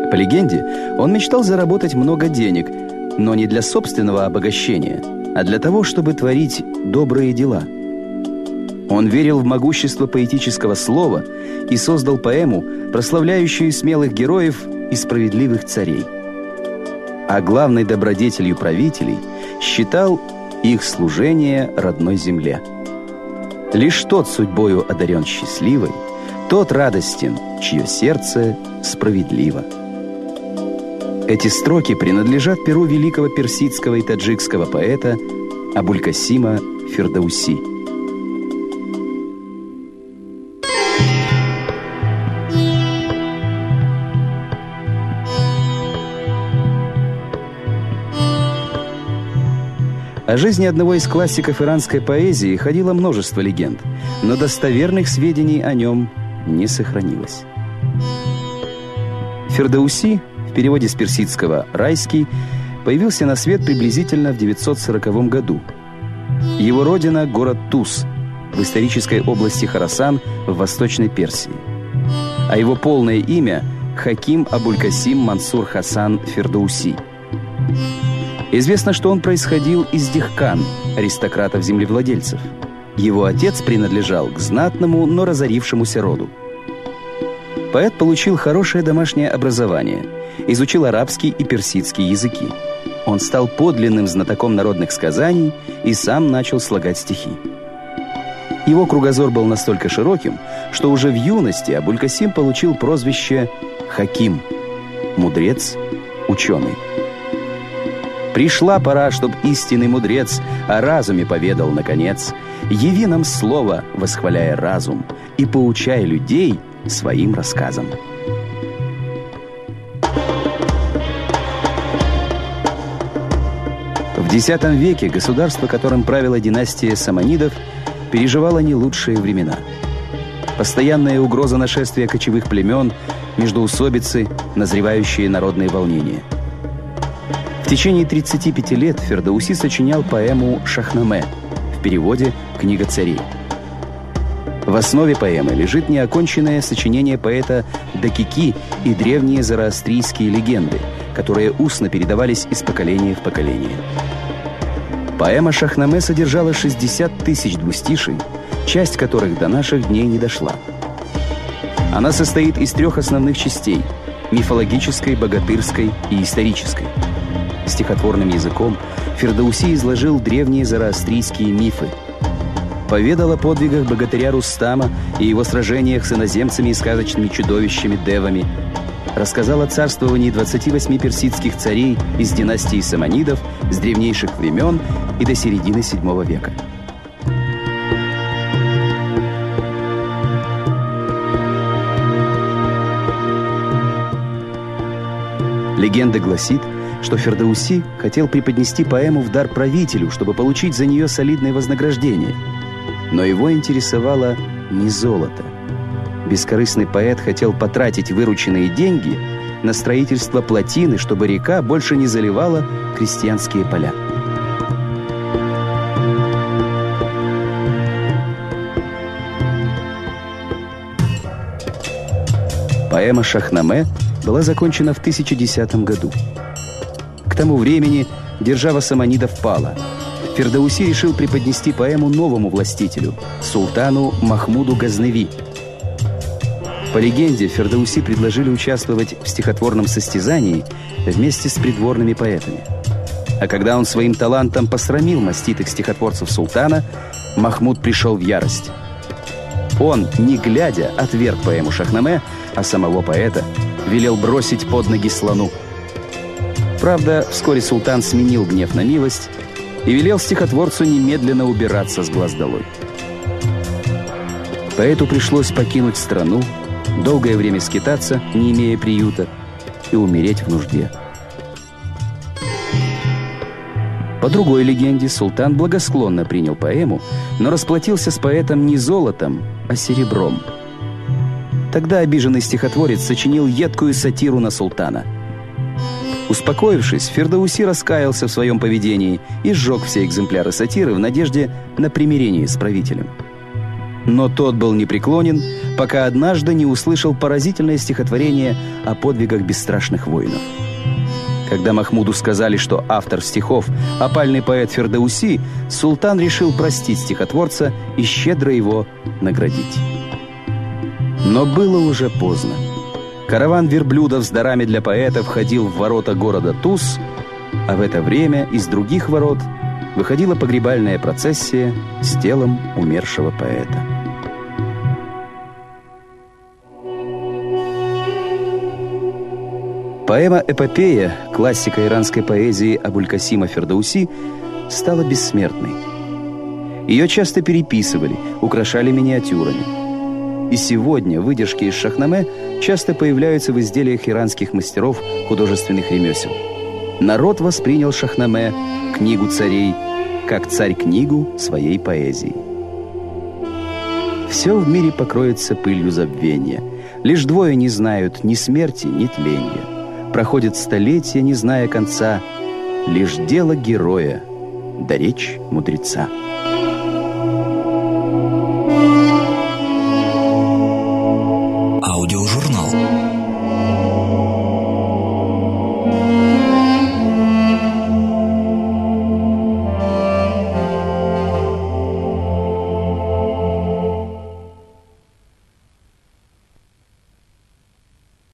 По легенде, он мечтал заработать много денег, но не для собственного обогащения, а для того, чтобы творить добрые дела. Он верил в могущество поэтического слова и создал поэму, прославляющую смелых героев и справедливых царей. А главной добродетелью правителей считал их служение родной земле. Лишь тот судьбою одарен счастливой, тот радостен, чье сердце справедливо. Эти строки принадлежат перу великого персидского и таджикского поэта Абулькасима Фирдауси. О жизни одного из классиков иранской поэзии ходило множество легенд, но достоверных сведений о нем не сохранилось. Фирдауси, в переводе с персидского «райский», появился на свет приблизительно в 940 году. Его родина – город Туз в исторической области Хорасан в Восточной Персии. А его полное имя – Хаким Абулькасим Мансур Хасан Фирдауси. Известно, что он происходил из дихкан, аристократов-землевладельцев. Его отец принадлежал к знатному, но разорившемуся роду. Поэт получил хорошее домашнее образование, изучил арабский и персидский языки. Он стал подлинным знатоком народных сказаний и сам начал слагать стихи. Его кругозор был настолько широким, что уже в юности Абулькасим получил прозвище «Хаким» – мудрец, ученый. Пришла пора, чтоб истинный мудрец о разуме поведал наконец. Яви нам слово, восхваляя разум, и поучай людей своим рассказам. В X веке государство, которым правила династия Саманидов, переживало не лучшие времена. Постоянная угроза нашествия кочевых племен, междоусобицы, назревающие народные волнения. В течение 35 лет Фирдауси сочинял поэму «Шахнаме», в переводе «Книга царей». В основе поэмы лежит неоконченное сочинение поэта Дакики и древние зороастрийские легенды, которые устно передавались из поколения в поколение. Поэма «Шахнаме» содержала 60 тысяч двустиший, часть которых до наших дней не дошла. Она состоит из 3 основных частей – мифологической, богатырской и исторической. Стихотворным языком Фирдауси изложил древние зороастрийские мифы. Поведал о подвигах богатыря Рустама и его сражениях с иноземцами и сказочными чудовищами девами. Рассказал о царствовании 28 персидских царей из династии Саманидов с древнейших времен и до середины VII века. Легенда гласит, что Фирдауси хотел преподнести поэму в дар правителю, чтобы получить за нее солидное вознаграждение. Но его интересовало не золото. Бескорыстный поэт хотел потратить вырученные деньги на строительство плотины, чтобы река больше не заливала крестьянские поля. Поэма «Шахнаме» была закончена в 1010 году. К тому времени держава Саманидов пала. Фирдауси решил преподнести поэму новому властителю, султану Махмуду Газневи. По легенде, Фирдауси предложили участвовать в стихотворном состязании вместе с придворными поэтами. А когда он своим талантом посрамил маститых стихотворцев султана, Махмуд пришел в ярость. Он, не глядя, отверг поэму «Шахнаме», а самого поэта велел бросить под ноги слону. Правда, вскоре султан сменил гнев на милость и велел стихотворцу немедленно убираться с глаз долой. Поэту пришлось покинуть страну, долгое время скитаться, не имея приюта, и умереть в нужде. По другой легенде, султан благосклонно принял поэму, но расплатился с поэтом не золотом, а серебром. Тогда обиженный стихотворец сочинил едкую сатиру на султана. Успокоившись, Фирдауси раскаялся в своем поведении и сжег все экземпляры сатиры в надежде на примирение с правителем. Но тот был непреклонен, пока однажды не услышал поразительное стихотворение о подвигах бесстрашных воинов. Когда Махмуду сказали, что автор стихов – опальный поэт Фердауси, султан решил простить стихотворца и щедро его наградить. Но было уже поздно. Караван верблюдов с дарами для поэта входил в ворота города Туз, а в это время из других ворот выходила погребальная процессия с телом умершего поэта. Поэма «Эпопея», классика иранской поэзии Абуль-Касима Фердауси, стала бессмертной. Ее часто переписывали, украшали миниатюрами. И сегодня выдержки из Шахнаме часто появляются в изделиях иранских мастеров художественных ремесел. Народ воспринял Шахнаме, книгу царей, как царь книгу своей поэзии. Все в мире покроется пылью забвения. Лишь двое не знают ни смерти, ни тления. Проходят столетия, не зная конца. Лишь дело героя, да речь мудреца.